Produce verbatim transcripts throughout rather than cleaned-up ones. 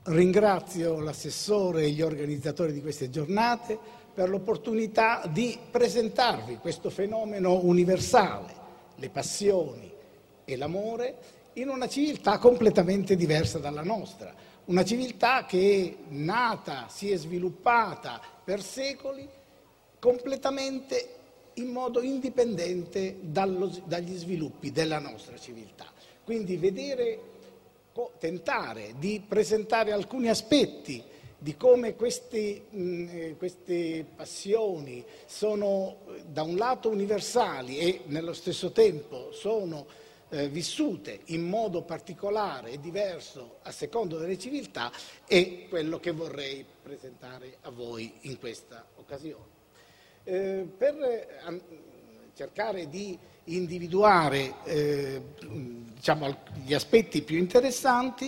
Ringrazio l'assessore e gli organizzatori di queste giornate per l'opportunità di presentarvi questo fenomeno universale, le passioni e l'amore, in una civiltà completamente diversa dalla nostra, una civiltà che è nata, si è sviluppata per secoli completamente in modo indipendente dallo, dagli sviluppi della nostra civiltà. Quindi vedere tentare di presentare alcuni aspetti di come questi, mh, queste passioni sono da un lato universali e nello stesso tempo sono eh, vissute in modo particolare e diverso a seconda delle civiltà è quello che vorrei presentare a voi in questa occasione. Eh, per eh, cercare di individuare eh, diciamo, gli aspetti più interessanti,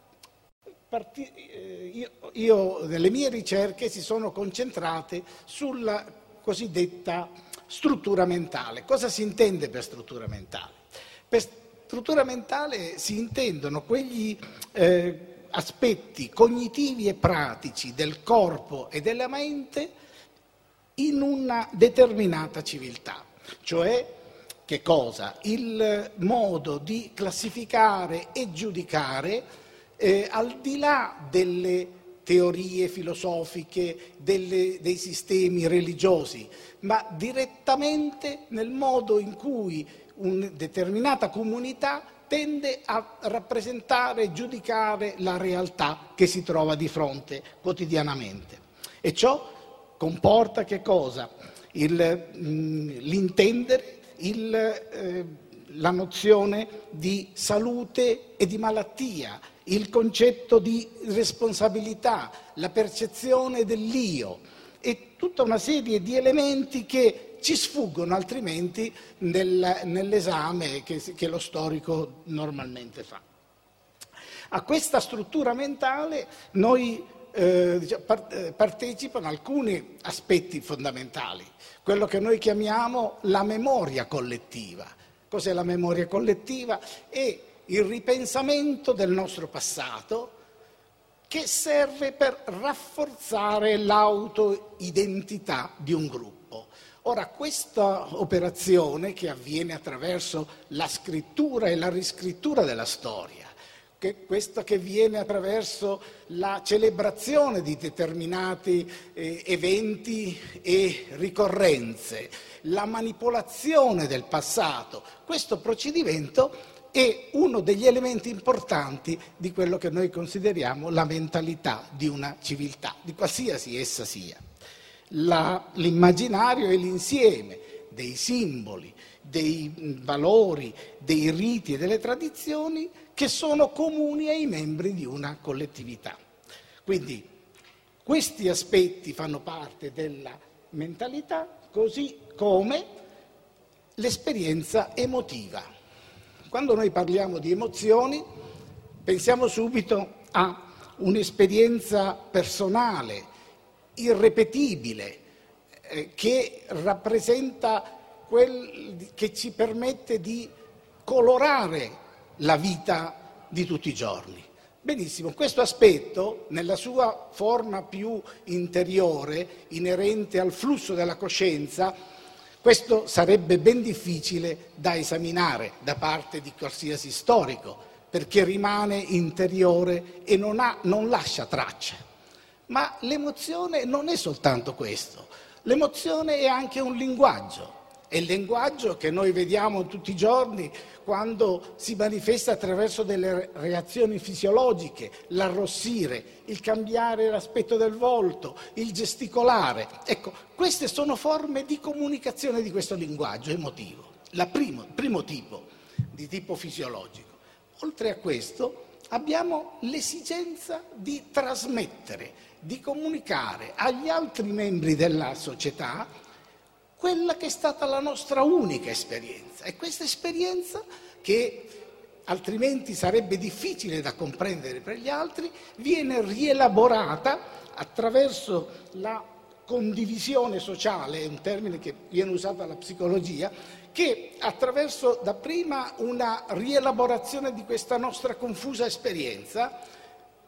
parti, eh, io, io nelle mie ricerche si sono concentrate sulla cosiddetta struttura mentale. Cosa si intende per struttura mentale? Per struttura mentale si intendono quegli eh, aspetti cognitivi e pratici del corpo e della mente in una determinata civiltà, cioè che cosa? Il modo di classificare e giudicare eh, al di là delle teorie filosofiche, delle, dei sistemi religiosi, ma direttamente nel modo in cui una determinata comunità tende a rappresentare e giudicare la realtà che si trova di fronte quotidianamente. E ciò comporta che cosa? Il, mh, l'intendere Il, eh, la nozione di salute e di malattia, il concetto di responsabilità, la percezione dell'io e tutta una serie di elementi che ci sfuggono altrimenti nel, nell'esame che, che lo storico normalmente fa. A questa struttura mentale noi eh, diciamo, partecipano alcuni aspetti fondamentali. Quello che noi chiamiamo la memoria collettiva. Cos'è la memoria collettiva? È il ripensamento del nostro passato che serve per rafforzare l'autoidentità di un gruppo. Ora, questa operazione che avviene attraverso la scrittura e la riscrittura della storia, che questo che viene attraverso la celebrazione di determinati eh, eventi e ricorrenze, la manipolazione del passato, questo procedimento è uno degli elementi importanti di quello che noi consideriamo la mentalità di una civiltà, di qualsiasi essa sia. La, l'immaginario è l'insieme dei simboli, dei valori, dei riti e delle tradizioni che sono comuni ai membri di una collettività. Quindi questi aspetti fanno parte della mentalità, così come l'esperienza emotiva. Quando noi parliamo di emozioni, pensiamo subito a un'esperienza personale, irripetibile, eh, che rappresenta quel che ci permette di colorare la vita di tutti i giorni. Benissimo, questo aspetto, nella sua forma più interiore, inerente al flusso della coscienza, questo sarebbe ben difficile da esaminare da parte di qualsiasi storico, perché rimane interiore e non, ha, non lascia traccia. Ma l'emozione non è soltanto questo, l'emozione è anche un linguaggio. È il linguaggio che noi vediamo tutti i giorni quando si manifesta attraverso delle reazioni fisiologiche, l'arrossire, il cambiare l'aspetto del volto, il gesticolare. Ecco, queste sono forme di comunicazione di questo linguaggio emotivo, il primo, primo tipo, di tipo fisiologico. Oltre a questo abbiamo l'esigenza di trasmettere, di comunicare agli altri membri della società quella che è stata la nostra unica esperienza. E questa esperienza, che altrimenti sarebbe difficile da comprendere per gli altri, viene rielaborata attraverso la condivisione sociale, è un termine che viene usato dalla psicologia, che attraverso dapprima una rielaborazione di questa nostra confusa esperienza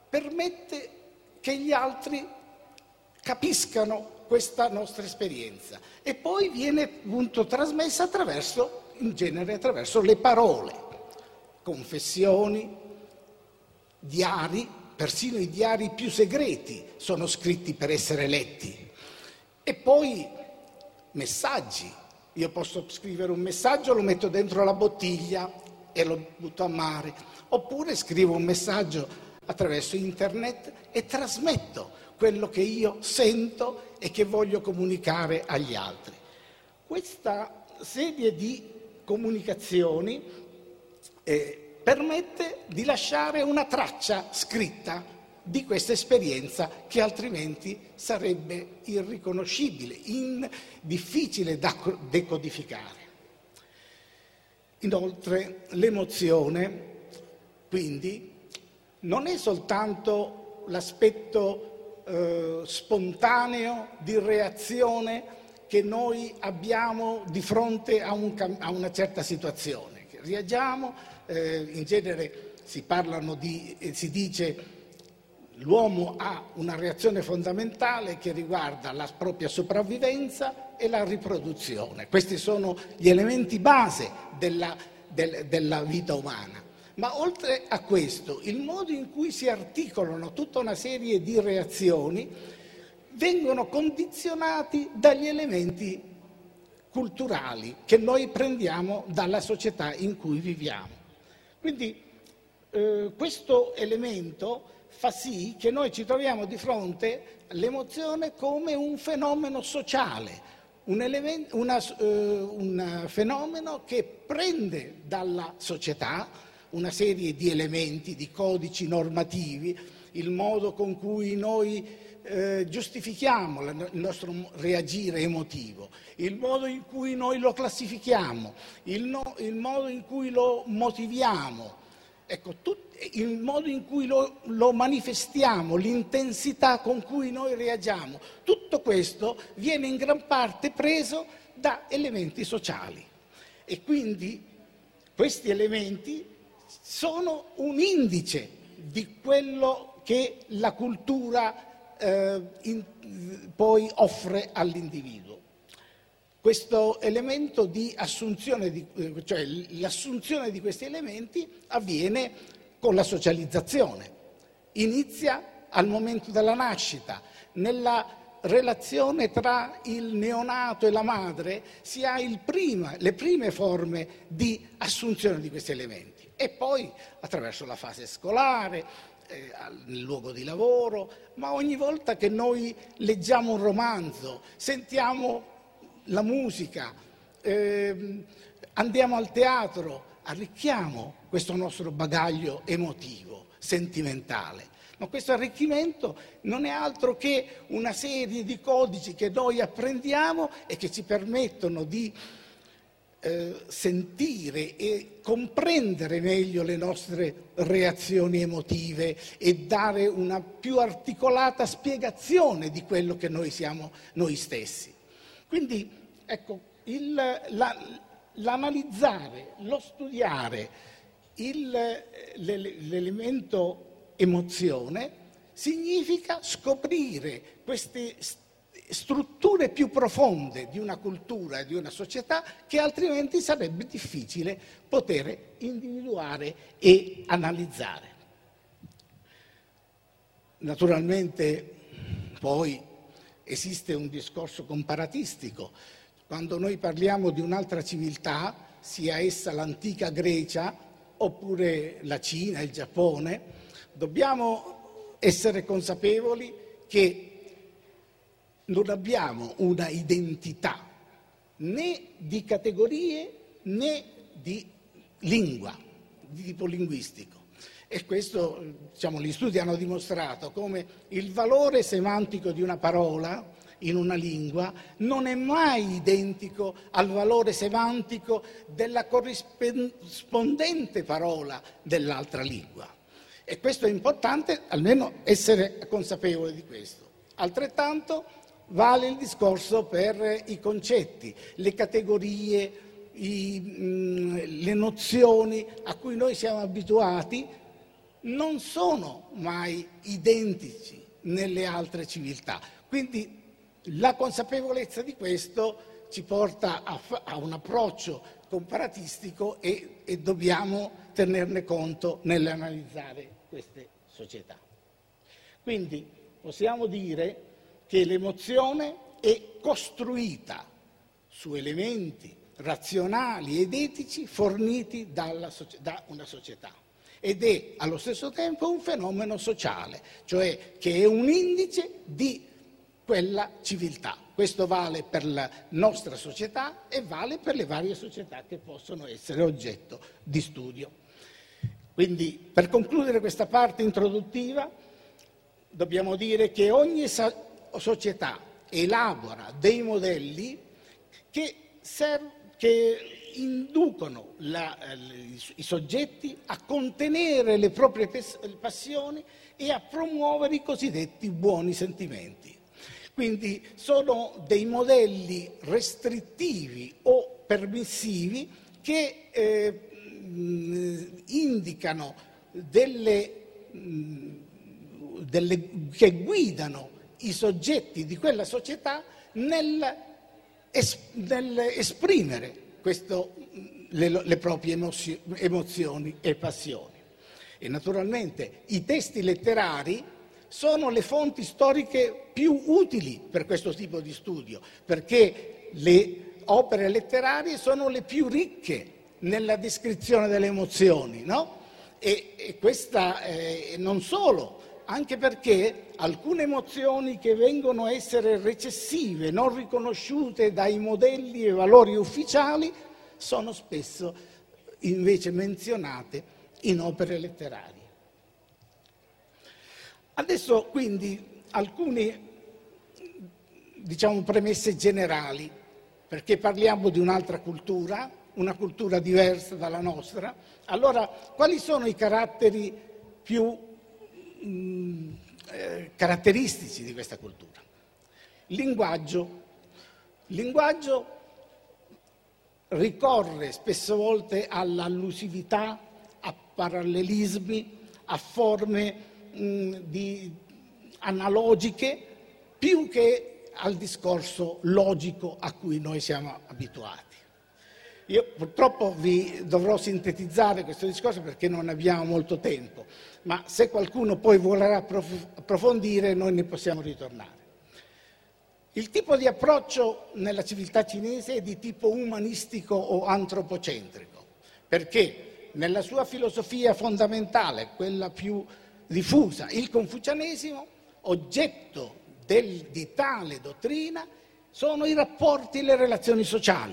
permette che gli altri capiscano questa nostra esperienza e poi viene appunto trasmessa attraverso, in genere attraverso le parole, confessioni, diari, persino i diari più segreti sono scritti per essere letti, e poi messaggi. Io posso scrivere un messaggio, lo metto dentro la bottiglia e lo butto a mare, oppure scrivo un messaggio attraverso internet e trasmetto quello che io sento e che voglio comunicare agli altri. Questa serie di comunicazioni eh, permette di lasciare una traccia scritta di questa esperienza che altrimenti sarebbe irriconoscibile, in, difficile da decodificare. Inoltre l'emozione, quindi, non è soltanto l'aspetto eh, spontaneo di reazione che noi abbiamo di fronte a, un, a una certa situazione. Reagiamo, eh, in genere si parlano di, eh, si dice l'uomo ha una reazione fondamentale che riguarda la propria sopravvivenza e la riproduzione. Questi sono gli elementi base della, del, della vita umana. Ma oltre a questo, il modo in cui si articolano tutta una serie di reazioni vengono condizionati dagli elementi culturali che noi prendiamo dalla società in cui viviamo. Quindi eh, questo elemento fa sì che noi ci troviamo di fronte all'emozione come un fenomeno sociale, un, elemento, una, uh, un fenomeno che prende dalla società una serie di elementi, di codici normativi, il modo con cui noi eh, giustifichiamo la, il nostro reagire emotivo, il modo in cui noi lo classifichiamo, il, no, il modo in cui lo motiviamo, ecco, tut, il modo in cui lo, lo manifestiamo, l'intensità con cui noi reagiamo, tutto questo viene in gran parte preso da elementi sociali e quindi questi elementi sono un indice di quello che la cultura eh, in, poi offre all'individuo. Questo elemento di assunzione, di, cioè l'assunzione di questi elementi avviene con la socializzazione. Inizia al momento della nascita, nella relazione tra il neonato e la madre si ha il prima, le prime forme di assunzione di questi elementi. E poi attraverso la fase scolare, eh, nel luogo di lavoro, ma ogni volta che noi leggiamo un romanzo, sentiamo la musica, eh, andiamo al teatro, arricchiamo questo nostro bagaglio emotivo, sentimentale. Ma questo arricchimento non è altro che una serie di codici che noi apprendiamo e che ci permettono di Eh, sentire e comprendere meglio le nostre reazioni emotive e dare una più articolata spiegazione di quello che noi siamo noi stessi. Quindi, ecco, il, la, l'analizzare, lo studiare il, l'elemento emozione significa scoprire queste strutture più profonde di una cultura e di una società che altrimenti sarebbe difficile poter individuare e analizzare. Naturalmente poi esiste un discorso comparatistico. Quando noi parliamo di un'altra civiltà, sia essa l'antica Grecia oppure la Cina, il Giappone, dobbiamo essere consapevoli che non abbiamo una identità né di categorie né di lingua, di tipo linguistico. E questo, diciamo, gli studi hanno dimostrato come il valore semantico di una parola in una lingua non è mai identico al valore semantico della corrispondente parola dell'altra lingua. E questo è importante, almeno essere consapevoli di questo. Altrettanto vale il discorso per i concetti, le categorie, i, mh, le nozioni a cui noi siamo abituati non sono mai identici nelle altre civiltà. Quindi la consapevolezza di questo ci porta a, a un approccio comparatistico e, e dobbiamo tenerne conto nell'analizzare queste società. Quindi possiamo dire che l'emozione è costruita su elementi razionali ed etici forniti dalla, da una società ed è allo stesso tempo un fenomeno sociale, cioè che è un indice di quella civiltà. Questo vale per la nostra società e vale per le varie società che possono essere oggetto di studio. Quindi, per concludere questa parte introduttiva, dobbiamo dire che ogni società elabora dei modelli che, serv- che inducono la, i soggetti a contenere le proprie passioni e a promuovere i cosiddetti buoni sentimenti. Quindi sono dei modelli restrittivi o permissivi che eh, indicano delle, delle, che guidano i soggetti di quella società nel, es, nell'esprimere questo, le, le proprie emozio, emozioni e passioni. E naturalmente i testi letterari sono le fonti storiche più utili per questo tipo di studio, perché le opere letterarie sono le più ricche nella descrizione delle emozioni, no? E, e questa eh, non solo, anche perché alcune emozioni che vengono a essere recessive, non riconosciute dai modelli e valori ufficiali, sono spesso invece menzionate in opere letterarie. Adesso quindi alcune, diciamo, premesse generali, perché parliamo di un'altra cultura, una cultura diversa dalla nostra. Allora, quali sono i caratteri più mh, eh, caratteristici di questa cultura? Il linguaggio. Il linguaggio ricorre spesso volte all'allusività, a parallelismi, a forme Di, analogiche più che al discorso logico a cui noi siamo abituati. Io purtroppo vi dovrò sintetizzare questo discorso perché non abbiamo molto tempo, ma se qualcuno poi vorrà approfondire noi ne possiamo ritornare. Il tipo di approccio nella civiltà cinese è di tipo umanistico o antropocentrico, perché nella sua filosofia fondamentale, quella più diffusa, il confucianesimo, oggetto del, di tale dottrina sono i rapporti e le relazioni sociali.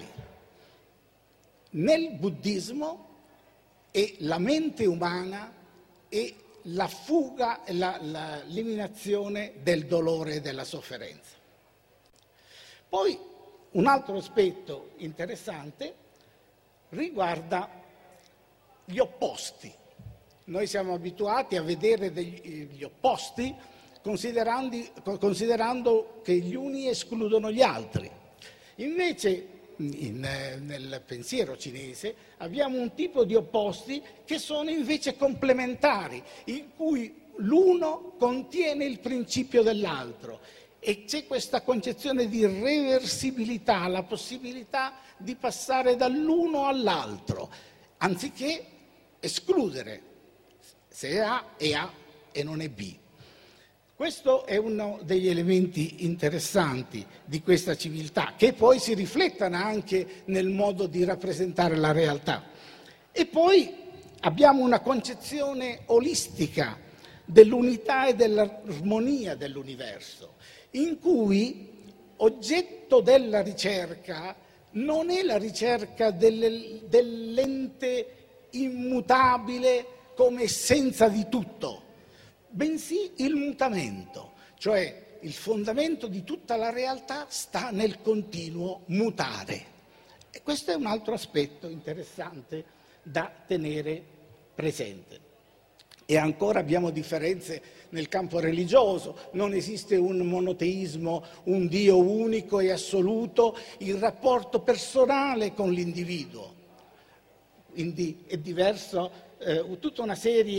Nel buddismo è la mente umana e la fuga e la, la, l'eliminazione del dolore e della sofferenza. Poi un altro aspetto interessante riguarda gli opposti. Noi siamo abituati a vedere degli, gli opposti considerando, considerando che gli uni escludono gli altri. Invece in, nel pensiero cinese abbiamo un tipo di opposti che sono invece complementari, in cui l'uno contiene il principio dell'altro e c'è questa concezione di reversibilità, la possibilità di passare dall'uno all'altro, anziché escludere. Se è A è A e non è B. Questo è uno degli elementi interessanti di questa civiltà, che poi si riflettono anche nel modo di rappresentare la realtà. E poi abbiamo una concezione olistica dell'unità e dell'armonia dell'universo, in cui oggetto della ricerca non è la ricerca del, dell'ente immutabile come essenza di tutto, bensì il mutamento, cioè il fondamento di tutta la realtà sta nel continuo mutare. E questo è un altro aspetto interessante da tenere presente. E ancora abbiamo differenze nel campo religioso, non esiste un monoteismo, un Dio unico e assoluto, il rapporto personale con l'individuo. Quindi è diverso, eh, tutta una serie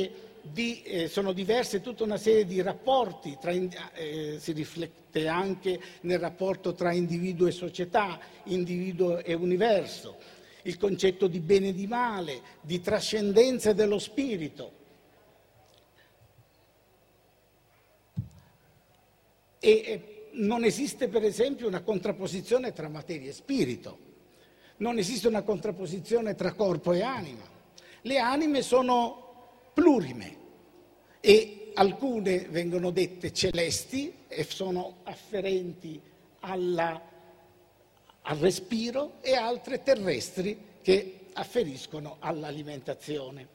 di, eh, sono diverse tutta una serie di rapporti, tra, eh, si riflette anche nel rapporto tra individuo e società, individuo e universo, il concetto di bene e di male, di trascendenza dello spirito. E eh, non esiste per esempio una contrapposizione tra materia e spirito, non esiste una contrapposizione tra corpo e anima. Le anime sono plurime e alcune vengono dette celesti e sono afferenti alla, al respiro e altre terrestri che afferiscono all'alimentazione.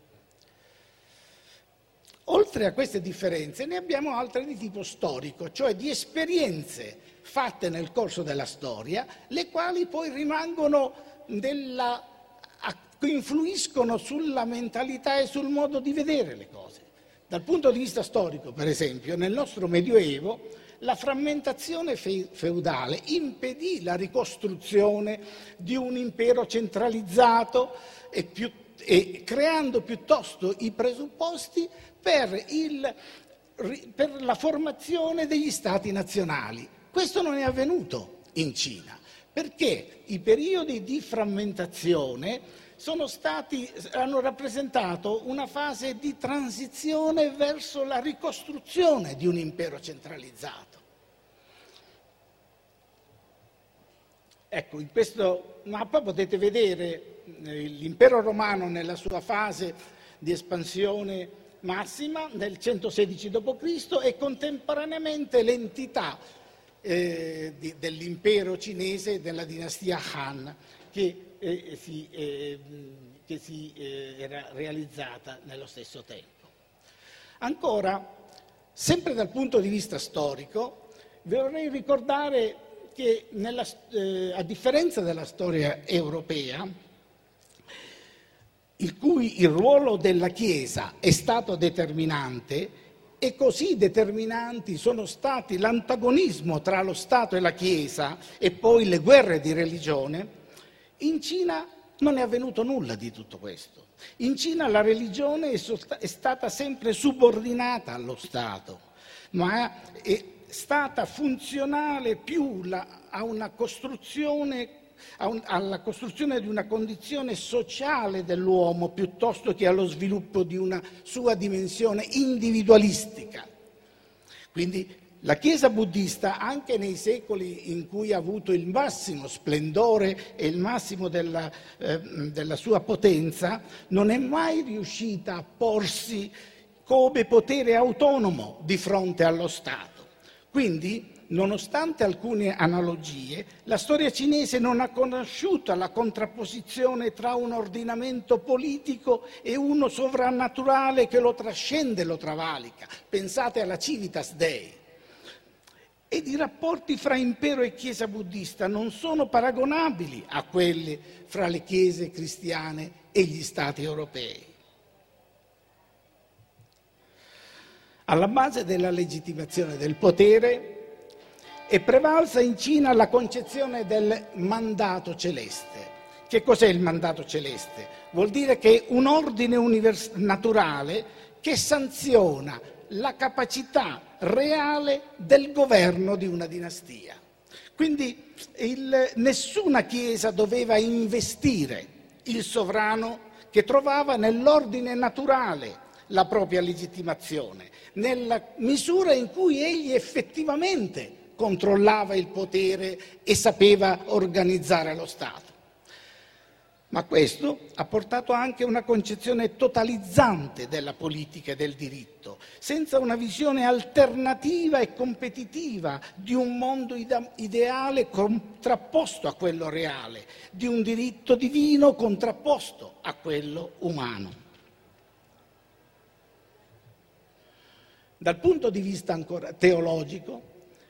Oltre a queste differenze ne abbiamo altre di tipo storico, cioè di esperienze fatte nel corso della storia, le quali poi rimangono della influiscono sulla mentalità e sul modo di vedere le cose. Dal punto di vista storico, per esempio, nel nostro Medioevo la frammentazione feudale impedì la ricostruzione di un impero centralizzato e, più, e creando piuttosto i presupposti per, il, per la formazione degli stati nazionali. Questo non è avvenuto in Cina, perché i periodi di frammentazione sono stati, hanno rappresentato una fase di transizione verso la ricostruzione di un impero centralizzato. Ecco, in questo mappa potete vedere l'impero romano nella sua fase di espansione massima nel centosedici dopo Cristo e contemporaneamente l'entità eh, di, dell'impero cinese della dinastia Han, che Eh, si, eh, che si eh, era realizzata nello stesso tempo. Ancora, sempre dal punto di vista storico, vorrei ricordare che nella, eh, a differenza della storia europea, in cui il ruolo della Chiesa è stato determinante e così determinanti sono stati l'antagonismo tra lo Stato e la Chiesa e poi le guerre di religione, in Cina non è avvenuto nulla di tutto questo. In Cina la religione è stata sempre subordinata allo Stato, ma è stata funzionale più a una costruzione, a un, alla costruzione di una condizione sociale dell'uomo piuttosto che allo sviluppo di una sua dimensione individualistica. Quindi la Chiesa buddista, anche nei secoli in cui ha avuto il massimo splendore e il massimo della, eh, della sua potenza, non è mai riuscita a porsi come potere autonomo di fronte allo Stato. Quindi, nonostante alcune analogie, la storia cinese non ha conosciuto la contrapposizione tra un ordinamento politico e uno sovrannaturale che lo trascende e lo travalica. Pensate alla Civitas Dei. Ed i rapporti fra impero e chiesa buddista non sono paragonabili a quelli fra le chiese cristiane e gli stati europei. Alla base della legittimazione del potere è prevalsa in Cina la concezione del mandato celeste. Che cos'è il mandato celeste? Vuol dire che è un ordine univers- naturale che sanziona la capacità reale del governo di una dinastia. Quindi il, nessuna chiesa doveva investire il sovrano che trovava nell'ordine naturale la propria legittimazione, nella misura in cui egli effettivamente controllava il potere e sapeva organizzare lo Stato. Ma questo ha portato anche a una concezione totalizzante della politica e del diritto, senza una visione alternativa e competitiva di un mondo ideale contrapposto a quello reale, di un diritto divino contrapposto a quello umano. Dal punto di vista ancora teologico,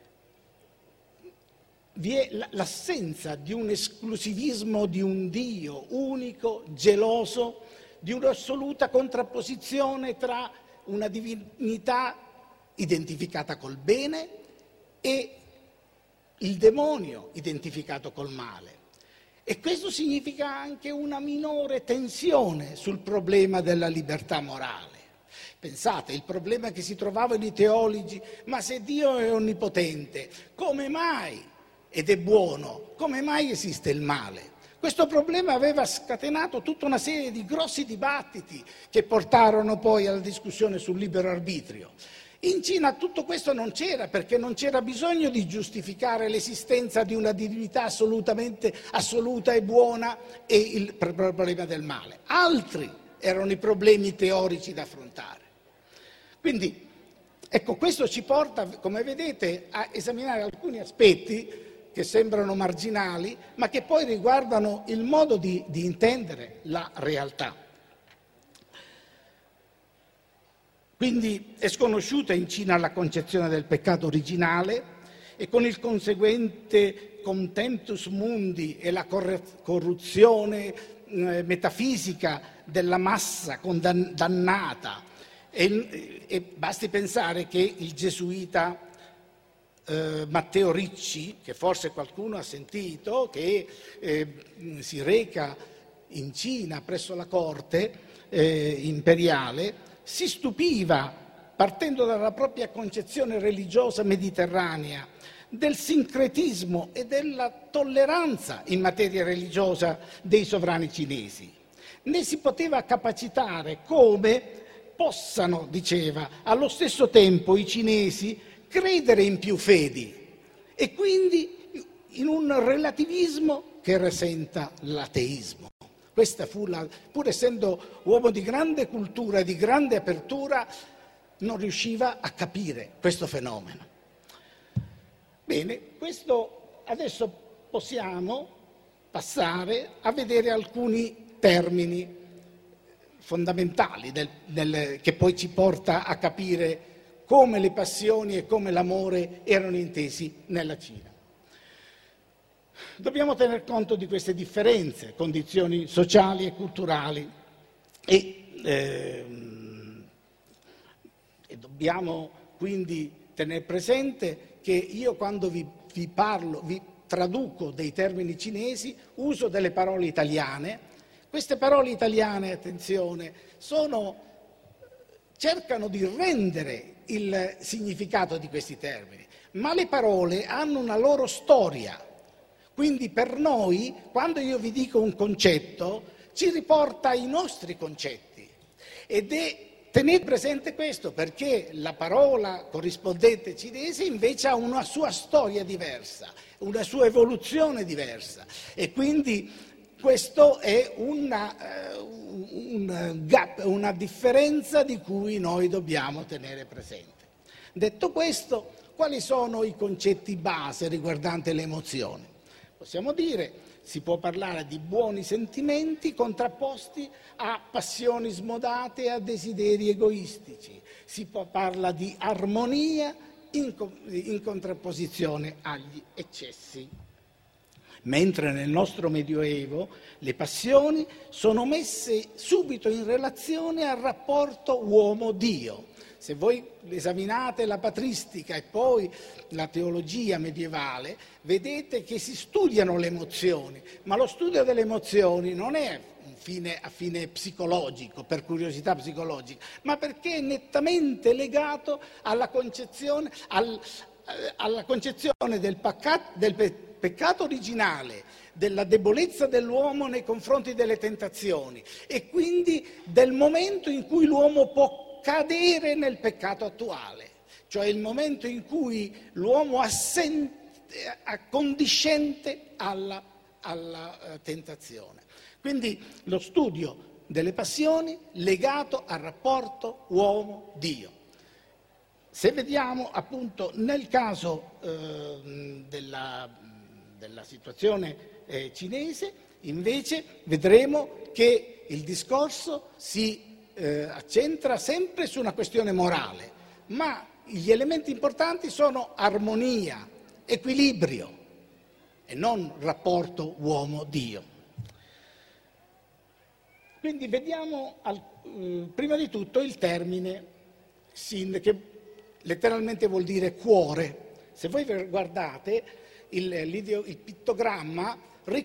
vi è l'assenza di un esclusivismo di un Dio unico, geloso, di un'assoluta contrapposizione tra una divinità identificata col bene e il demonio identificato col male. E questo significa anche una minore tensione sul problema della libertà morale. Pensate, il problema che si trovavano i teologi: ma se Dio è onnipotente, come mai, ed è buono, come mai esiste il male? Questo problema aveva scatenato tutta una serie di grossi dibattiti che portarono poi alla discussione sul libero arbitrio. In Cina tutto questo non c'era, perché non c'era bisogno di giustificare l'esistenza di una divinità assolutamente assoluta e buona e il problema del male. Altri erano i problemi teorici da affrontare. Quindi, ecco, questo ci porta, come vedete, a esaminare alcuni aspetti che sembrano marginali, ma che poi riguardano il modo di, di intendere la realtà. Quindi è sconosciuta in Cina la concezione del peccato originale, e con il conseguente contemptus mundi e la corruzione eh, metafisica della massa condannata. E, e basti pensare che il gesuita eh, Matteo Ricci, che forse qualcuno ha sentito, che eh, si reca in Cina presso la corte eh, imperiale, si stupiva, partendo dalla propria concezione religiosa mediterranea, del sincretismo e della tolleranza in materia religiosa dei sovrani cinesi. Ne si poteva capacitare come possano, diceva, allo stesso tempo i cinesi credere in più fedi e quindi in un relativismo che rasenta l'ateismo. Questa fu la, pur essendo uomo di grande cultura e di grande apertura, non riusciva a capire questo fenomeno. Bene, questo adesso possiamo passare a vedere alcuni termini fondamentali del, del, che poi ci porta a capire come le passioni e come l'amore erano intesi nella Cina. Dobbiamo tener conto di queste differenze, condizioni sociali e culturali, e, ehm, e dobbiamo quindi tenere presente che io, quando vi, vi parlo, vi traduco dei termini cinesi, uso delle parole italiane. Queste parole italiane, attenzione, sono, cercano di rendere il significato di questi termini, ma le parole hanno una loro storia. Quindi per noi, quando io vi dico un concetto, ci riporta ai nostri concetti. Ed è, tenete presente questo, perché la parola corrispondente cinese invece ha una sua storia diversa, una sua evoluzione diversa. E quindi questo è una, uh, un gap, una differenza di cui noi dobbiamo tenere presente. Detto questo, quali sono i concetti base riguardanti le emozioni? Possiamo dire, si può parlare di buoni sentimenti contrapposti a passioni smodate e a desideri egoistici. Si può parlare di armonia in, in contrapposizione agli eccessi. Mentre nel nostro Medioevo le passioni sono messe subito in relazione al rapporto uomo-Dio. Se voi esaminate la patristica e poi la teologia medievale, vedete che si studiano le emozioni, ma lo studio delle emozioni non è un fine, a fine psicologico, per curiosità psicologica, ma perché è nettamente legato alla concezione, al, alla concezione del, peccato, del peccato originale, della debolezza dell'uomo nei confronti delle tentazioni e quindi del momento in cui l'uomo può cadere nel peccato attuale, cioè il momento in cui l'uomo assente, accondiscente alla, alla uh, tentazione. Quindi lo studio delle passioni legato al rapporto uomo-Dio. Se vediamo appunto nel caso uh, della, della situazione eh, cinese, invece vedremo che il discorso si Eh, accentra sempre su una questione morale, ma gli elementi importanti sono armonia, equilibrio e non rapporto uomo-Dio. Quindi vediamo al, eh, prima di tutto il termine sin, che letteralmente vuol dire cuore. Se voi guardate il, il pittogramma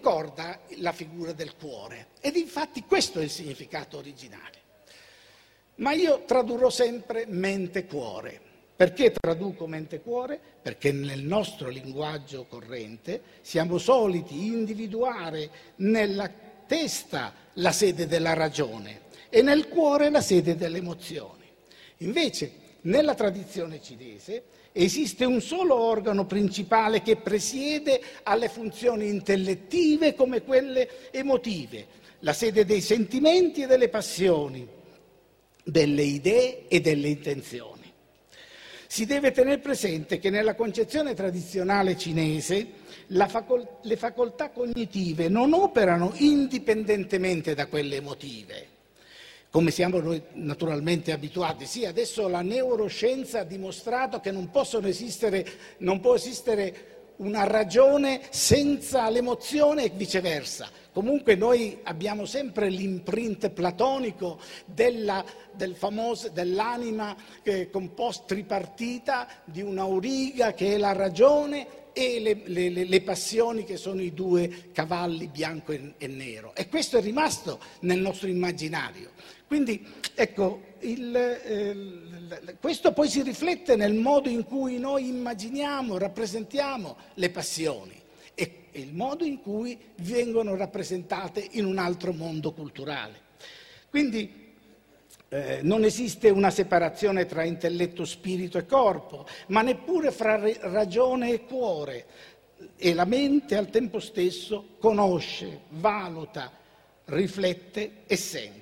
ricorda la figura del cuore ed infatti questo è il significato originale. Ma io tradurrò sempre mente-cuore. Perché traduco mente-cuore? Perché nel nostro linguaggio corrente siamo soliti individuare nella testa la sede della ragione e nel cuore la sede delle emozioni. Invece, nella tradizione cinese esiste un solo organo principale che presiede alle funzioni intellettive come quelle emotive, la sede dei sentimenti e delle passioni, delle idee e delle intenzioni. Si deve tenere presente che nella concezione tradizionale cinese la facol- le facoltà cognitive non operano indipendentemente da quelle emotive, come siamo noi naturalmente abituati. Sì, adesso la neuroscienza ha dimostrato che non possono esistere, non può esistere una ragione senza l'emozione e viceversa. Comunque noi abbiamo sempre l'imprint platonico della, del famoso, dell'anima eh, composta tripartita, di un'auriga che è la ragione e le, le, le passioni che sono i due cavalli bianco e, e nero. E questo è rimasto nel nostro immaginario. Quindi ecco, il, eh, questo poi si riflette nel modo in cui noi immaginiamo, rappresentiamo le passioni e il modo in cui vengono rappresentate in un altro mondo culturale. Quindi eh, non esiste una separazione tra intelletto, spirito e corpo, ma neppure fra ragione e cuore, e la mente al tempo stesso conosce, valuta, riflette e sente.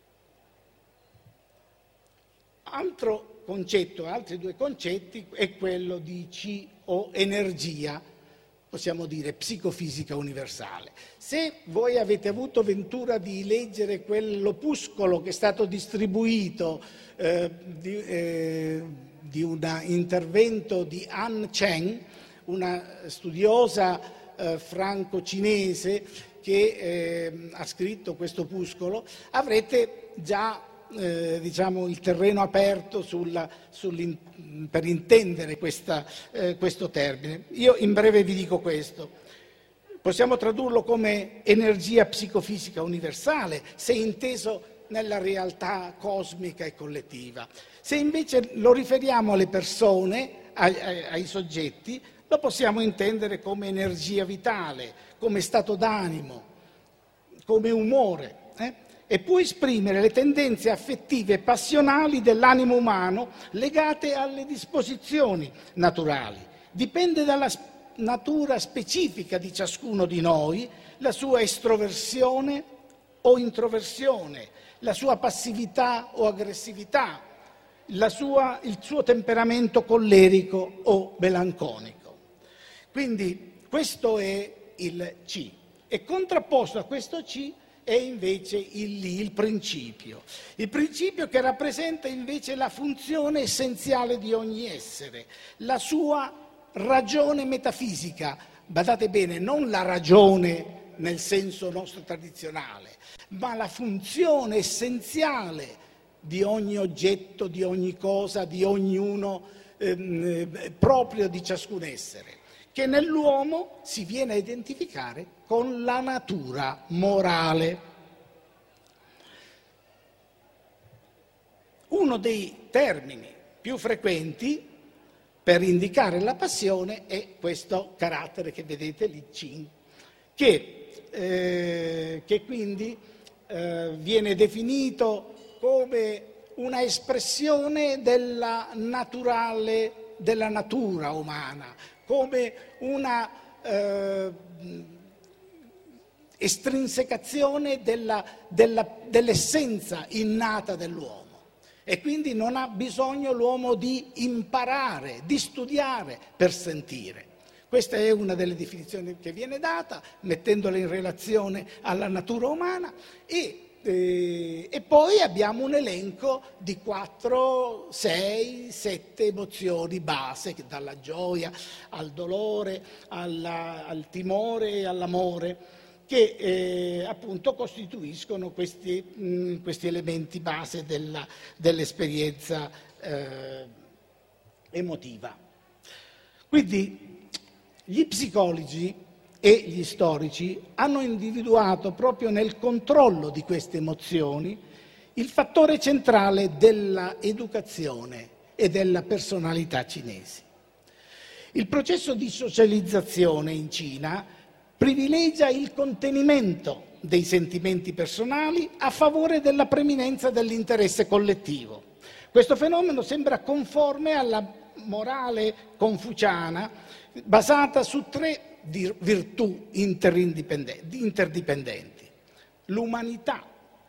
Altro concetto, altri due concetti, è quello di Qi o energia, possiamo dire psicofisica universale. Se voi avete avuto ventura di leggere quell'opuscolo che è stato distribuito eh, di, eh, di un intervento di Han Chen, una studiosa eh, franco-cinese che eh, ha scritto questo opuscolo, avrete già Eh, diciamo il terreno aperto sulla, per intendere questa, eh, questo termine. Io in breve vi dico questo. Possiamo tradurlo come energia psicofisica universale, se inteso nella realtà cosmica e collettiva. Se invece lo riferiamo alle persone, ai, ai, ai soggetti, lo possiamo intendere come energia vitale, come stato d'animo, come umore. Eh? E può esprimere le tendenze affettive e passionali dell'animo umano legate alle disposizioni naturali. Dipende dalla natura specifica di ciascuno di noi, la sua estroversione o introversione, la sua passività o aggressività, la sua, il suo temperamento collerico o melanconico. Quindi questo è il Qi. E contrapposto a questo Qi è invece il Li, il principio. Il principio che rappresenta invece la funzione essenziale di ogni essere, la sua ragione metafisica. Badate bene, non la ragione nel senso nostro tradizionale, ma la funzione essenziale di ogni oggetto, di ogni cosa, di ognuno, ehm, proprio di ciascun essere, che nell'uomo si viene a identificare con la natura morale. Uno dei termini più frequenti per indicare la passione è questo carattere che vedete lì, Qin, che, eh, che quindi eh, viene definito come una espressione della naturale, della natura umana, come una eh, estrinsecazione della, della, dell'essenza innata dell'uomo. E quindi non ha bisogno l'uomo di imparare, di studiare per sentire. Questa è una delle definizioni che viene data, mettendola in relazione alla natura umana, e Eh, e poi abbiamo un elenco di quattro, sei, sette emozioni base, dalla gioia al dolore, alla, al timore e all'amore, che eh, appunto costituiscono questi, mh, questi elementi base della, dell'esperienza eh, emotiva. Quindi gli psicologi e gli storici hanno individuato proprio nel controllo di queste emozioni il fattore centrale dell'educazione e della personalità cinesi. Il processo di socializzazione in Cina privilegia il contenimento dei sentimenti personali a favore della preminenza dell'interesse collettivo. Questo fenomeno sembra conforme alla morale confuciana basata su tre virtù interdipendenti: l'umanità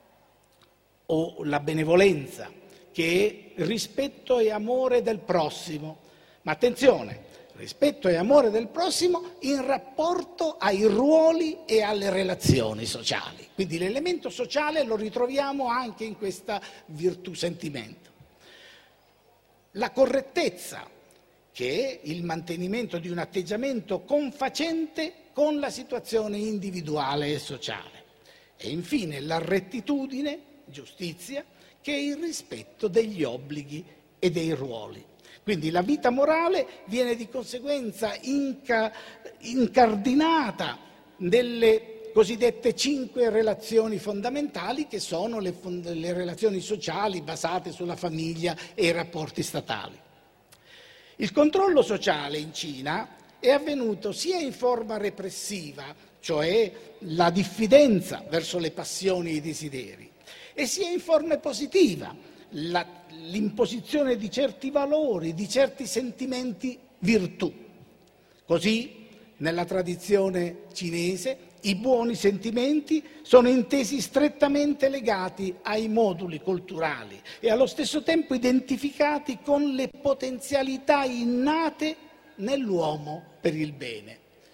o la benevolenza, che è rispetto e amore del prossimo. Ma attenzione, rispetto e amore del prossimo in rapporto ai ruoli e alle relazioni sociali. Quindi l'elemento sociale lo ritroviamo anche in questa virtù sentimento. La correttezza, che è il mantenimento di un atteggiamento confacente con la situazione individuale e sociale. E infine la rettitudine, giustizia, che è il rispetto degli obblighi e dei ruoli. Quindi la vita morale viene di conseguenza inca, incardinata nelle cosiddette cinque relazioni fondamentali, che sono le, le relazioni sociali basate sulla famiglia e i rapporti statali. Il controllo sociale in Cina è avvenuto sia in forma repressiva, cioè la diffidenza verso le passioni e i desideri, e sia in forma positiva, la, l'imposizione di certi valori, di certi sentimenti virtù. Così, nella tradizione cinese, i buoni sentimenti sono intesi strettamente legati ai moduli culturali e allo stesso tempo identificati con le potenzialità innate nell'uomo per il bene.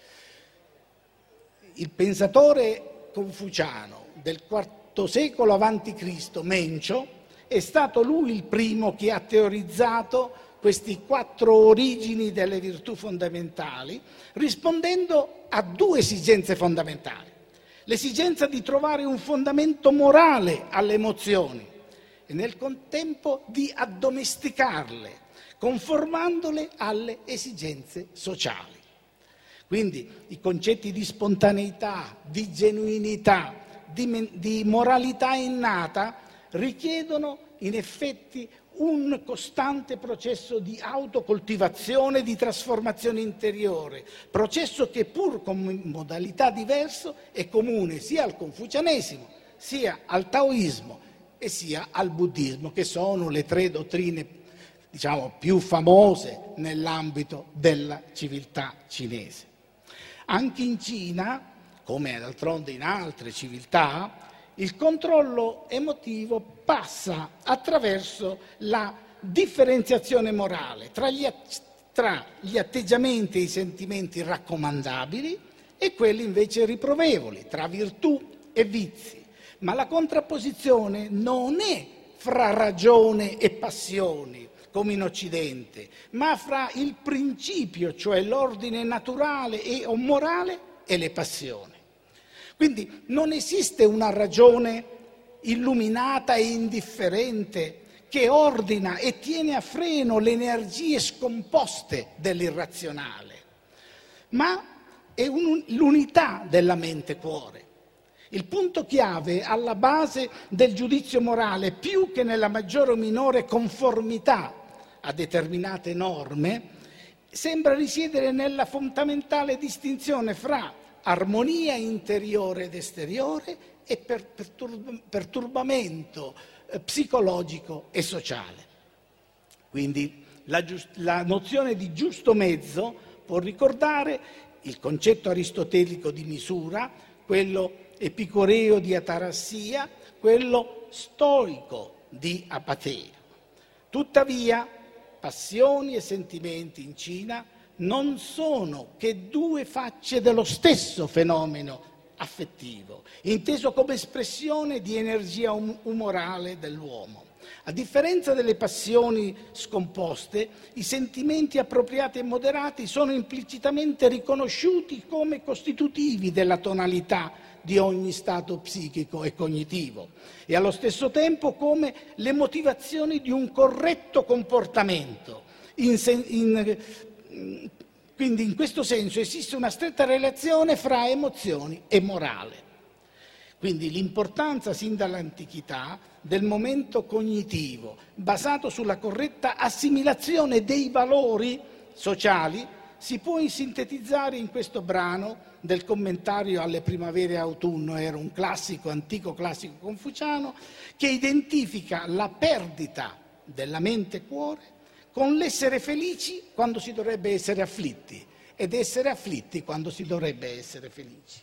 Il pensatore confuciano del quarto secolo avanti Cristo, Mencio, è stato lui il primo che ha teorizzato questi quattro origini delle virtù fondamentali, rispondendo a due esigenze fondamentali: l'esigenza di trovare un fondamento morale alle emozioni e nel contempo di addomesticarle, conformandole alle esigenze sociali. Quindi i concetti di spontaneità, di genuinità, di, di moralità innata richiedono in effetti un costante processo di autocoltivazione, di trasformazione interiore, processo che pur con modalità diverse è comune sia al confucianesimo, sia al taoismo e sia al buddismo, che sono le tre dottrine, diciamo, più famose nell'ambito della civiltà cinese. Anche in Cina, come d'altronde in altre civiltà, il controllo emotivo passa attraverso la differenziazione morale tra gli, tra gli atteggiamenti e i sentimenti raccomandabili e quelli invece riprovevoli, tra virtù e vizi. Ma la contrapposizione non è fra ragione e passioni, come in Occidente, ma fra il principio, cioè l'ordine naturale e o morale, e le passioni. Quindi non esiste una ragione illuminata e indifferente che ordina e tiene a freno le energie scomposte dell'irrazionale, ma è un, l'unità della mente-cuore. Il punto chiave alla base del giudizio morale, più che nella maggiore o minore conformità a determinate norme, sembra risiedere nella fondamentale distinzione fra armonia interiore ed esteriore e per perturb- perturbamento eh, psicologico e sociale. Quindi la, giust- la nozione di giusto mezzo può ricordare il concetto aristotelico di misura, quello epicoreo di atarassia, quello stoico di apatia. Tuttavia, passioni e sentimenti in Cina non sono che due facce dello stesso fenomeno affettivo, inteso come espressione di energia um- umorale dell'uomo. A differenza delle passioni scomposte, i sentimenti appropriati e moderati sono implicitamente riconosciuti come costitutivi della tonalità di ogni stato psichico e cognitivo e allo stesso tempo come le motivazioni di un corretto comportamento. In sen- in, quindi in questo senso esiste una stretta relazione fra emozioni e morale. Quindi l'importanza sin dall'antichità del momento cognitivo basato sulla corretta assimilazione dei valori sociali si può sintetizzare in questo brano del commentario alle primavere e autunno, era un classico, antico classico confuciano, che identifica la perdita della mente e cuore con l'essere felici quando si dovrebbe essere afflitti ed essere afflitti quando si dovrebbe essere felici.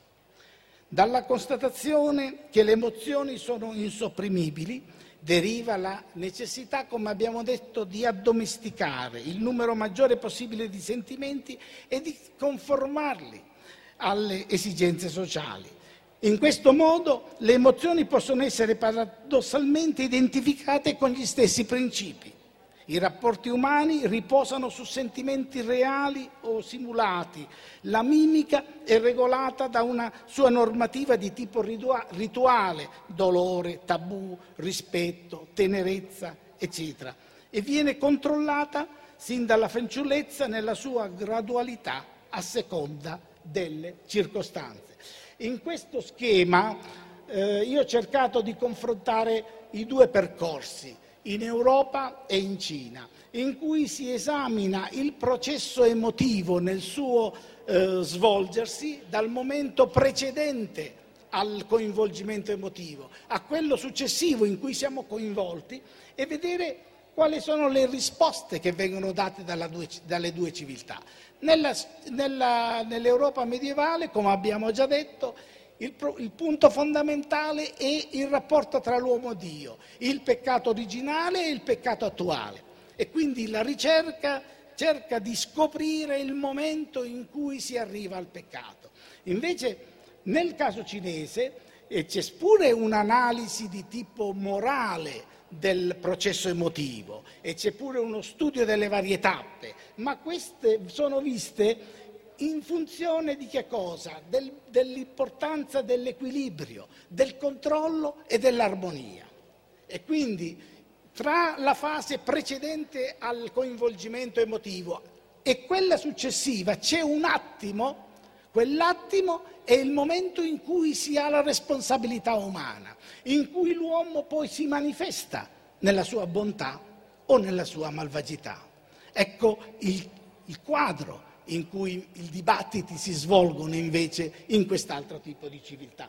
Dalla constatazione che le emozioni sono insopprimibili deriva la necessità, come abbiamo detto, di addomesticare il numero maggiore possibile di sentimenti e di conformarli alle esigenze sociali. In questo modo le emozioni possono essere paradossalmente identificate con gli stessi principi. I rapporti umani riposano su sentimenti reali o simulati. La mimica è regolata da una sua normativa di tipo rituale, dolore, tabù, rispetto, tenerezza, eccetera, e viene controllata sin dalla fanciullezza nella sua gradualità a seconda delle circostanze. In questo schema eh, io ho cercato di confrontare i due percorsi, in Europa e in Cina, in cui si esamina il processo emotivo nel suo eh, svolgersi dal momento precedente al coinvolgimento emotivo a quello successivo in cui siamo coinvolti e vedere quali sono le risposte che vengono date dalla due, dalle due civiltà. Nella, nella, nell'Europa medievale, come abbiamo già detto, Il, il punto fondamentale è il rapporto tra l'uomo e Dio, il peccato originale e il peccato attuale. E quindi la ricerca cerca di scoprire il momento in cui si arriva al peccato. Invece nel caso cinese eh, c'è pure un'analisi di tipo morale del processo emotivo e c'è pure uno studio delle varie tappe, ma queste sono viste in funzione di che cosa? Del, dell'importanza dell'equilibrio, del controllo e dell'armonia. E quindi tra la fase precedente al coinvolgimento emotivo e quella successiva c'è un attimo, quell'attimo è il momento in cui si ha la responsabilità umana, in cui l'uomo poi si manifesta nella sua bontà o nella sua malvagità. Ecco il, il quadro in cui i dibattiti si svolgono invece in quest'altro tipo di civiltà.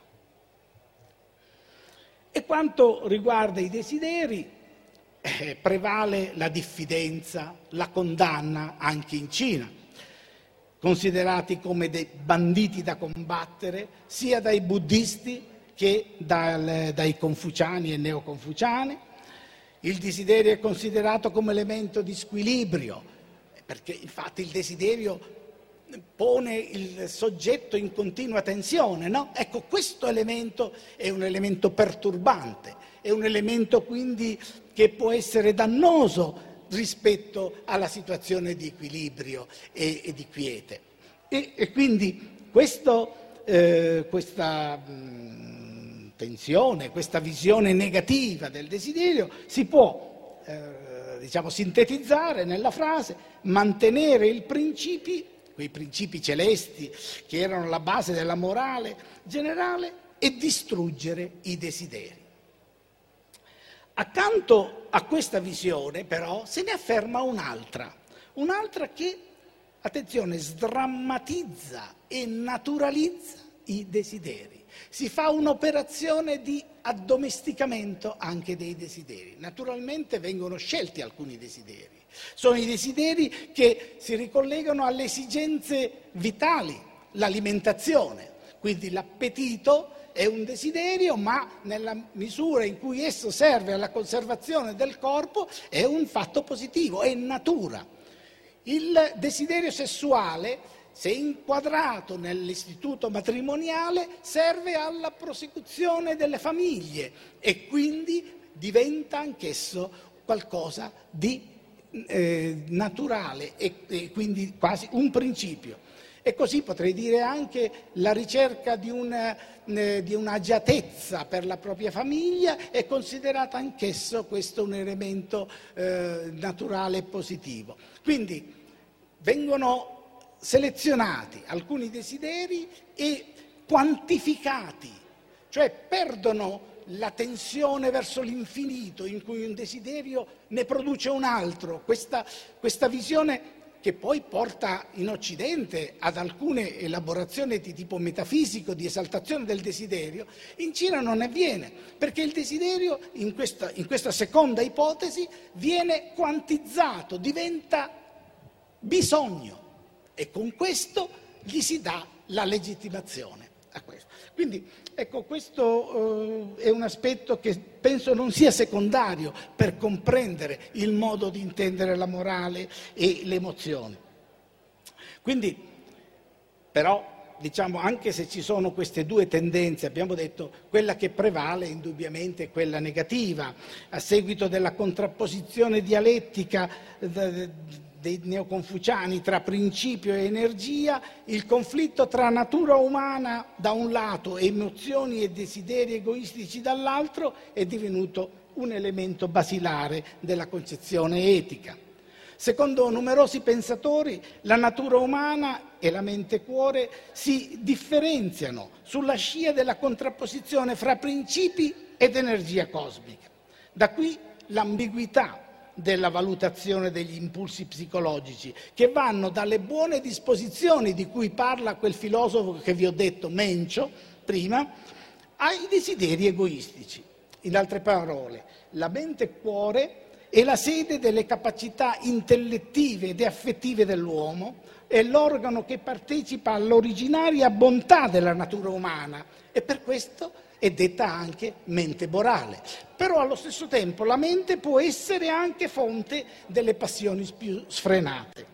E quanto riguarda i desideri, eh, prevale la diffidenza, la condanna anche in Cina, considerati come dei banditi da combattere sia dai buddisti che dal, dai confuciani e neoconfuciani. Il desiderio è considerato come elemento di squilibrio, perché infatti il desiderio pone il soggetto in continua tensione, no? Ecco, questo elemento è un elemento perturbante, è un elemento quindi che può essere dannoso rispetto alla situazione di equilibrio e, e di quiete. E, e quindi questo, eh, questa mh, tensione, questa visione negativa del desiderio si può eh, diciamo, sintetizzare nella frase: mantenere i principi, quei principi celesti che erano la base della morale generale, e distruggere i desideri. Accanto a questa visione, però, se ne afferma un'altra, un'altra che, attenzione, sdrammatizza e naturalizza i desideri. Si fa un'operazione di addomesticamento anche dei desideri. Naturalmente vengono scelti alcuni desideri. Sono i desideri che si ricollegano alle esigenze vitali, l'alimentazione. Quindi l'appetito è un desiderio, ma nella misura in cui esso serve alla conservazione del corpo è un fatto positivo, è natura. Il desiderio sessuale, se inquadrato nell'istituto matrimoniale, serve alla prosecuzione delle famiglie e quindi diventa anch'esso qualcosa di eh, naturale e, e quindi quasi un principio. E così potrei dire anche la ricerca di, una, eh, di un'agiatezza per la propria famiglia è considerata anch'esso questo un elemento eh, naturale e positivo. Quindi vengono selezionati alcuni desideri e quantificati cioè perdono la tensione verso l'infinito in cui un desiderio ne produce un altro, questa, questa visione che poi porta in Occidente ad alcune elaborazioni di tipo metafisico, di esaltazione del desiderio. In Cina non avviene, perché il desiderio, in questa, in questa seconda ipotesi, viene quantizzato, diventa bisogno, e con questo gli si dà la legittimazione a questo. Quindi, ecco, questo eh, è un aspetto che penso non sia secondario per comprendere il modo di intendere la morale e le emozioni. Quindi, però, diciamo, anche se ci sono queste due tendenze, abbiamo detto, quella che prevale indubbiamente è quella negativa, a seguito della contrapposizione dialettica eh, dei neoconfuciani tra principio e energia, il conflitto tra natura umana da un lato e emozioni e desideri egoistici dall'altro è divenuto un elemento basilare della concezione etica. Secondo numerosi pensatori, la natura umana e la mente-cuore si differenziano sulla scia della contrapposizione fra principi ed energia cosmica. Da qui l'ambiguità della valutazione degli impulsi psicologici, che vanno dalle buone disposizioni di cui parla quel filosofo che vi ho detto, Mencio, prima, ai desideri egoistici. In altre parole, la mente-cuore è la sede delle capacità intellettive ed affettive dell'uomo, è l'organo che partecipa all'originaria bontà della natura umana e per questo è detta anche mente morale. Però allo stesso tempo la mente può essere anche fonte delle passioni più sfrenate.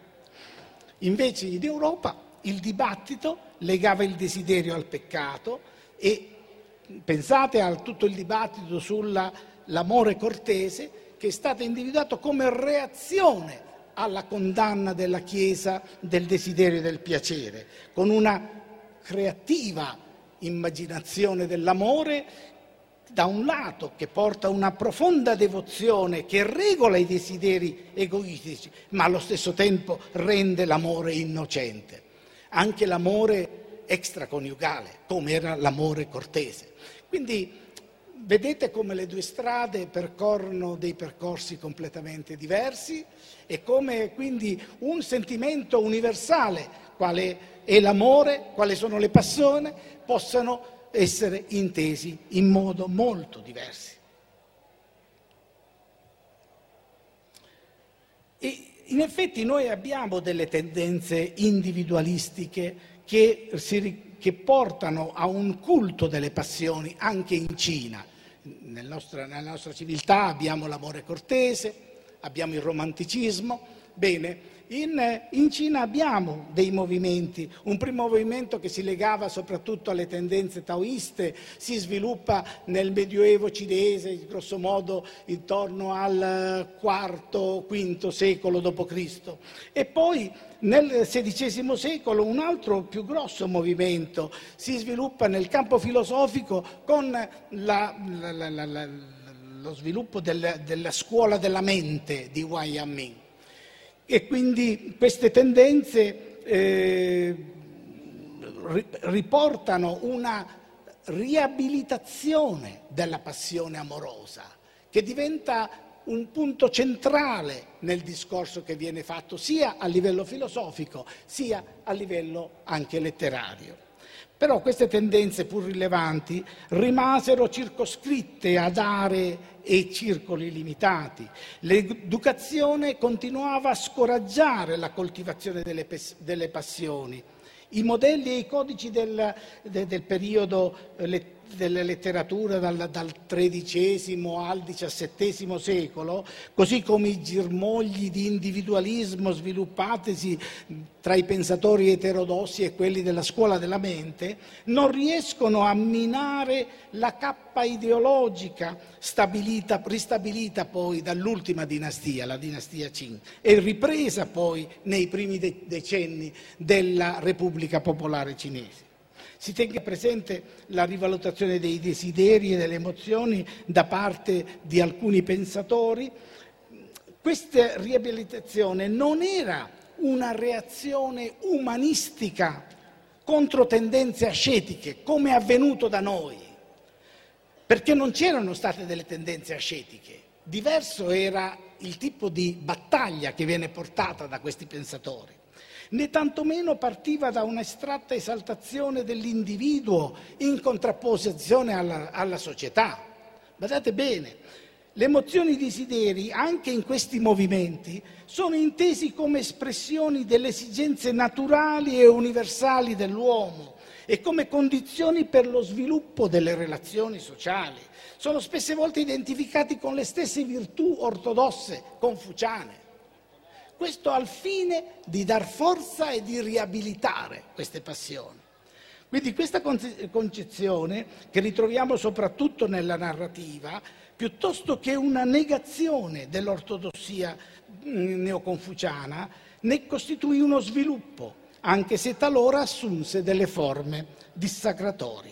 Invece in Europa il dibattito legava il desiderio al peccato e pensate a tutto il dibattito sull'amore cortese, che è stato individuato come reazione alla condanna della Chiesa del desiderio e del piacere, con una creativa immaginazione dell'amore da un lato che porta una profonda devozione che regola i desideri egoistici, ma allo stesso tempo rende l'amore innocente, anche l'amore extraconiugale, come era l'amore cortese. Quindi vedete come le due strade percorrono dei percorsi completamente diversi e come quindi un sentimento universale, quale è l'amore, quali sono le passioni, possano essere intesi in modo molto diverso. E in effetti noi abbiamo delle tendenze individualistiche che, si, che portano a un culto delle passioni anche in Cina. Nel nostro, nella nostra civiltà abbiamo l'amore cortese, abbiamo il romanticismo. Bene, in, in Cina abbiamo dei movimenti, un primo movimento che si legava soprattutto alle tendenze taoiste, si sviluppa nel Medioevo cinese, grosso modo intorno al quarto, quinto secolo dopo Cristo. E poi nel sedicesimo secolo un altro più grosso movimento si sviluppa nel campo filosofico con la, la, la, la, la, lo sviluppo del, della scuola della mente di Wang Yanming. E quindi queste tendenze eh, riportano una riabilitazione della passione amorosa, che diventa un punto centrale nel discorso che viene fatto sia a livello filosofico sia a livello anche letterario. Però queste tendenze, pur rilevanti, rimasero circoscritte ad aree e circoli limitati. L'educazione continuava a scoraggiare la coltivazione delle, delle passioni. I modelli e i codici del, del, del periodo letterario della letteratura dal, dal tredicesimo al diciassettesimo secolo, così come i germogli di individualismo sviluppatisi tra i pensatori eterodossi e quelli della scuola della mente, non riescono a minare la cappa ideologica stabilita, ristabilita poi dall'ultima dinastia, la dinastia Qing, e ripresa poi nei primi de- decenni della Repubblica Popolare Cinese. Si tenga presente la rivalutazione dei desideri e delle emozioni da parte di alcuni pensatori. Questa riabilitazione non era una reazione umanistica contro tendenze ascetiche, come è avvenuto da noi, perché non c'erano state delle tendenze ascetiche. Diverso era il tipo di battaglia che viene portata da questi pensatori. Né tantomeno partiva da un'astratta esaltazione dell'individuo in contrapposizione alla, alla società. Badate bene, le emozioni e i desideri, anche in questi movimenti, sono intesi come espressioni delle esigenze naturali e universali dell'uomo e come condizioni per lo sviluppo delle relazioni sociali. Sono spesse volte identificati con le stesse virtù ortodosse confuciane. Questo al fine di dar forza e di riabilitare queste passioni. Quindi questa concezione, che ritroviamo soprattutto nella narrativa, piuttosto che una negazione dell'ortodossia neoconfuciana, ne costituì uno sviluppo, anche se talora assunse delle forme dissacratorie.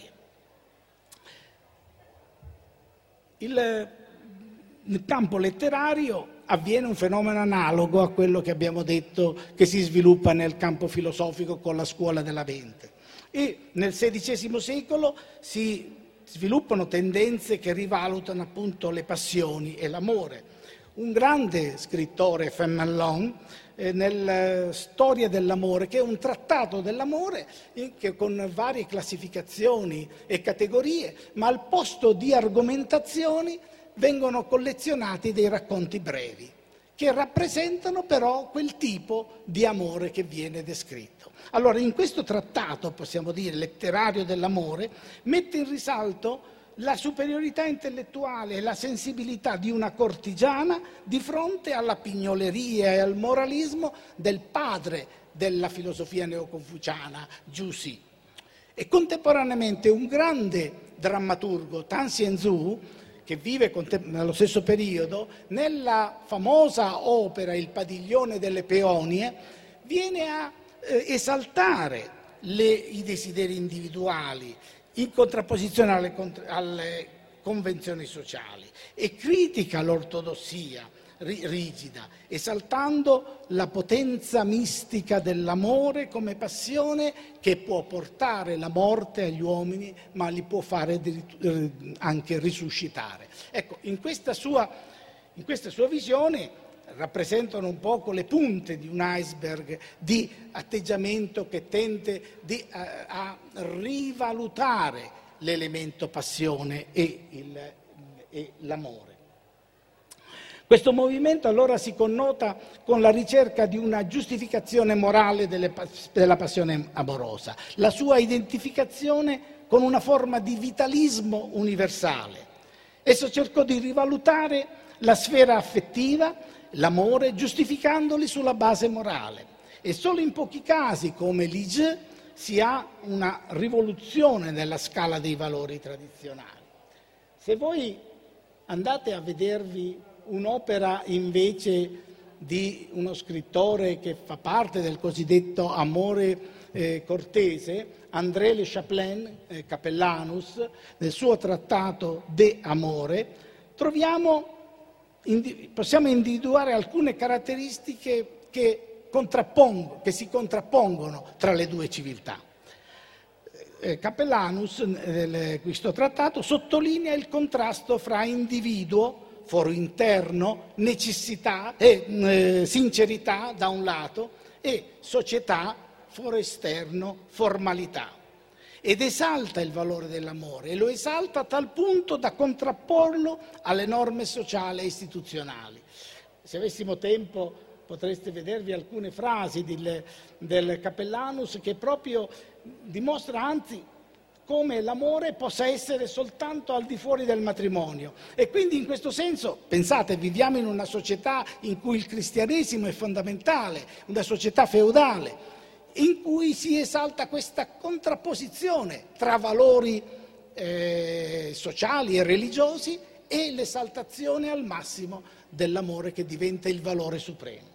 Il, nel campo letterario avviene un fenomeno analogo a quello che abbiamo detto che si sviluppa nel campo filosofico con la scuola della mente. E nel sedicesimo secolo si sviluppano tendenze che rivalutano appunto le passioni e l'amore. Un grande scrittore, Fénelon, eh, nella Storia dell'amore, che è un trattato dell'amore eh, che con varie classificazioni e categorie, ma al posto di argomentazioni vengono collezionati dei racconti brevi, che rappresentano però quel tipo di amore che viene descritto. Allora, in questo trattato, possiamo dire, letterario dell'amore, mette in risalto la superiorità intellettuale e la sensibilità di una cortigiana di fronte alla pignoleria e al moralismo del padre della filosofia neoconfuciana, Zhu Xi. E contemporaneamente un grande drammaturgo, Tan Xianzhu, che vive nello stesso periodo, nella famosa opera Il padiglione delle peonie, viene a eh, esaltare le, i desideri individuali in contrapposizione alle, alle convenzioni sociali e critica l'ortodossia rigida, esaltando la potenza mistica dell'amore come passione che può portare la morte agli uomini, ma li può fare anche risuscitare. Ecco, in questa sua, in questa sua visione rappresentano un poco le punte di un iceberg di atteggiamento che tende di, a, a rivalutare l'elemento passione e, il, e l'amore. Questo movimento allora si connota con la ricerca di una giustificazione morale delle, della passione amorosa, la sua identificazione con una forma di vitalismo universale. Esso cercò di rivalutare la sfera affettiva, l'amore, giustificandoli sulla base morale. E solo in pochi casi, come Li Zhi, si ha una rivoluzione nella scala dei valori tradizionali. Se voi andate a vedervi un'opera invece di uno scrittore che fa parte del cosiddetto amore eh, cortese, André Le Chaplain, eh, Capellanus, nel suo trattato De Amore, troviamo, indi, possiamo individuare alcune caratteristiche che, contrappong- che si contrappongono tra le due civiltà. Eh, Capellanus, nel questo trattato, sottolinea il contrasto fra individuo, foro interno, necessità e eh, sincerità da un lato e società, foro esterno, formalità. Ed esalta il valore dell'amore e lo esalta a tal punto da contrapporlo alle norme sociali e istituzionali. Se avessimo tempo potreste vedervi alcune frasi del, del Capellanus che proprio dimostra anzi come l'amore possa essere soltanto al di fuori del matrimonio. E quindi in questo senso, pensate, viviamo in una società in cui il cristianesimo è fondamentale, una società feudale, in cui si esalta questa contrapposizione tra valori eh, sociali e religiosi e l'esaltazione al massimo dell'amore che diventa il valore supremo.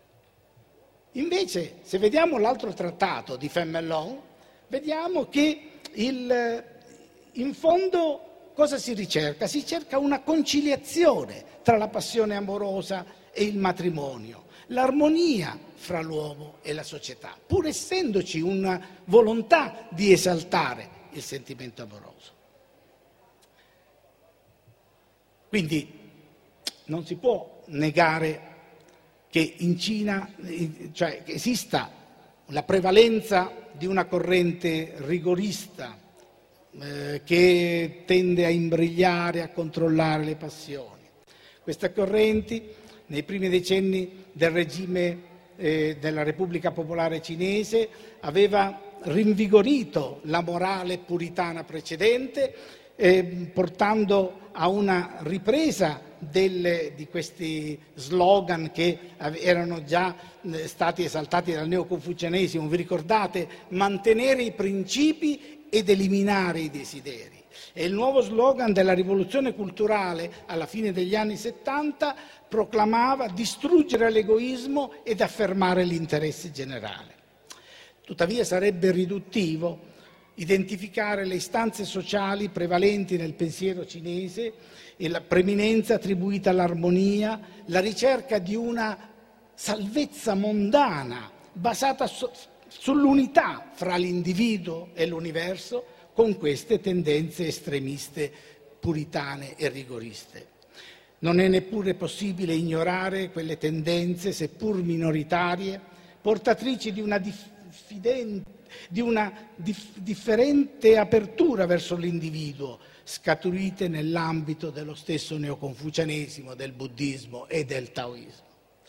Invece, se vediamo l'altro trattato di Fénelon, vediamo che Il, in fondo cosa si ricerca? Si cerca una conciliazione tra la passione amorosa e il matrimonio, l'armonia fra l'uomo e la società, pur essendoci una volontà di esaltare il sentimento amoroso. Quindi non si può negare che in Cina, cioè, che esista la prevalenza di una corrente rigorista eh, che tende a imbrigliare, a controllare le passioni. Queste correnti, nei primi decenni del regime eh, della Repubblica Popolare Cinese, aveva rinvigorito la morale puritana precedente, eh, portando a una ripresa delle, di questi slogan che erano già eh, stati esaltati dal neoconfucianesimo. Vi ricordate? Mantenere i principi ed eliminare i desideri. E il nuovo slogan della rivoluzione culturale alla fine degli anni settanta proclamava distruggere l'egoismo ed affermare l'interesse generale. Tuttavia sarebbe riduttivo identificare le istanze sociali prevalenti nel pensiero cinese e la preminenza attribuita all'armonia, la ricerca di una salvezza mondana basata su, sull'unità fra l'individuo e l'universo, con queste tendenze estremiste, puritane e rigoriste. Non è neppure possibile ignorare quelle tendenze, seppur minoritarie, portatrici di una diffidente di una dif- differente apertura verso l'individuo, scaturite nell'ambito dello stesso neoconfucianesimo, del buddismo e del taoismo.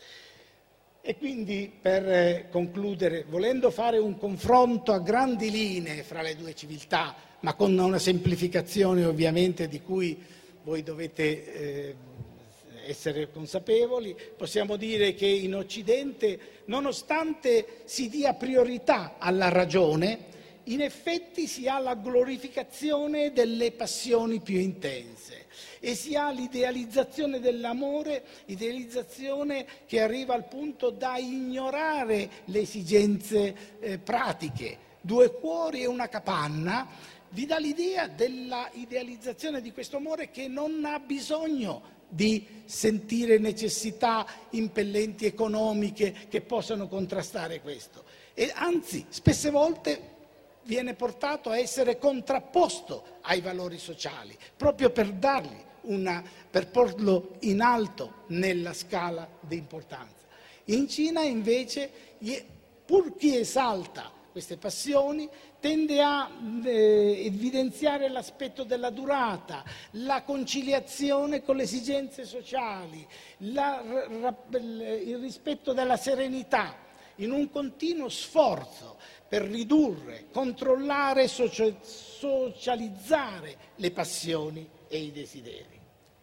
E quindi, per eh, concludere, volendo fare un confronto a grandi linee fra le due civiltà, ma con una semplificazione ovviamente di cui voi dovete eh, essere consapevoli, possiamo dire che in Occidente, nonostante si dia priorità alla ragione, in effetti si ha la glorificazione delle passioni più intense e si ha l'idealizzazione dell'amore, idealizzazione che arriva al punto da ignorare le esigenze eh, pratiche. Due cuori e una capanna vi dà l'idea della idealizzazione di questo amore che non ha bisogno di sentire necessità impellenti economiche che possano contrastare questo. E anzi, spesse volte viene portato a essere contrapposto ai valori sociali, proprio per dargli una, per porlo in alto nella scala di importanza. In Cina invece, pur chi esalta queste passioni, tende a eh, evidenziare l'aspetto della durata, la conciliazione con le esigenze sociali, la, ra, il rispetto della serenità, in un continuo sforzo per ridurre, controllare e socia- socializzare le passioni e i desideri.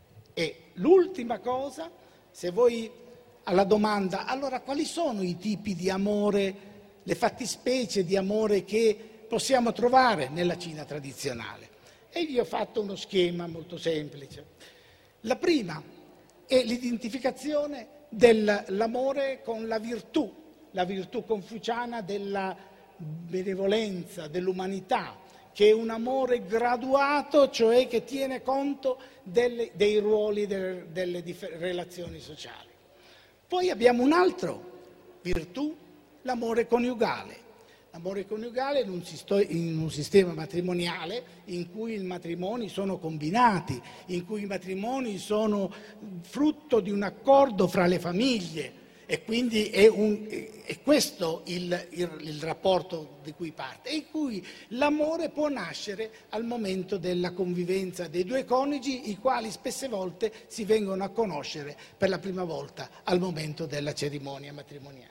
E l'ultima cosa, se voi alla domanda, allora quali sono i tipi di amore, le fattispecie di amore che possiamo trovare nella Cina tradizionale? E vi ho fatto uno schema molto semplice. La prima è l'identificazione dell'amore con la virtù, la virtù confuciana della benevolenza, dell'umanità, che è un amore graduato, cioè che tiene conto delle, dei ruoli delle, delle differ- relazioni sociali. Poi abbiamo un'altra virtù, l'amore coniugale. L'amore coniugale in un, sisto- in un sistema matrimoniale in cui i matrimoni sono combinati, in cui i matrimoni sono frutto di un accordo fra le famiglie, e quindi è, un, è questo il, il, il rapporto di cui parte, e in cui l'amore può nascere al momento della convivenza dei due coniugi, i quali spesse volte si vengono a conoscere per la prima volta al momento della cerimonia matrimoniale.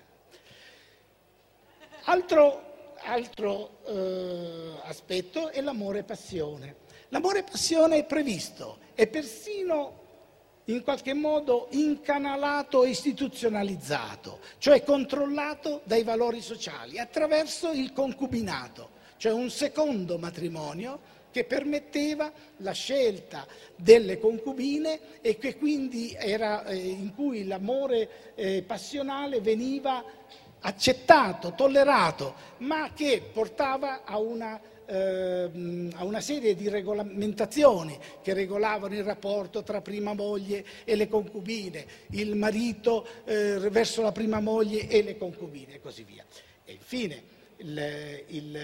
Altro, altro eh, aspetto è l'amore passione. L'amore passione è previsto, è persino in qualche modo incanalato e istituzionalizzato, cioè controllato dai valori sociali attraverso il concubinato, cioè un secondo matrimonio che permetteva la scelta delle concubine e che quindi era eh, in cui l'amore eh, passionale veniva accettato, tollerato, ma che portava a una a una serie di regolamentazioni che regolavano il rapporto tra prima moglie e le concubine, il marito eh, verso la prima moglie e le concubine e così via. E infine il, il,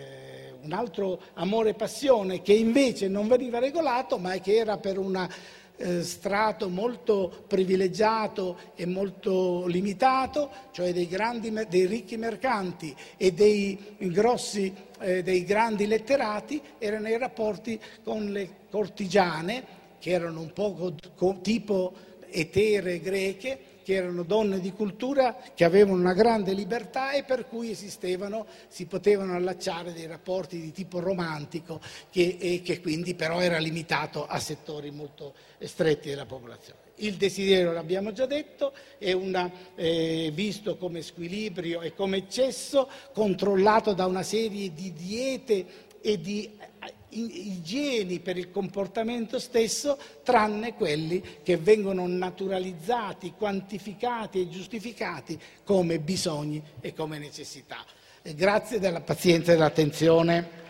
un altro amore passione che invece non veniva regolato, ma che era per una eh, strato molto privilegiato e molto limitato, cioè dei, grandi, dei ricchi mercanti e dei grossi, eh, dei grandi letterati, erano i rapporti con le cortigiane, che erano un po' tipo etere greche, che erano donne di cultura, che avevano una grande libertà e per cui esistevano, si potevano allacciare dei rapporti di tipo romantico che, e che quindi però era limitato a settori molto stretti della popolazione. Il desiderio, l'abbiamo già detto, è una, eh, visto come squilibrio e come eccesso, controllato da una serie di diete e di igieni per il comportamento stesso, tranne quelli che vengono naturalizzati, quantificati e giustificati come bisogni e come necessità. Grazie della pazienza e dell'attenzione.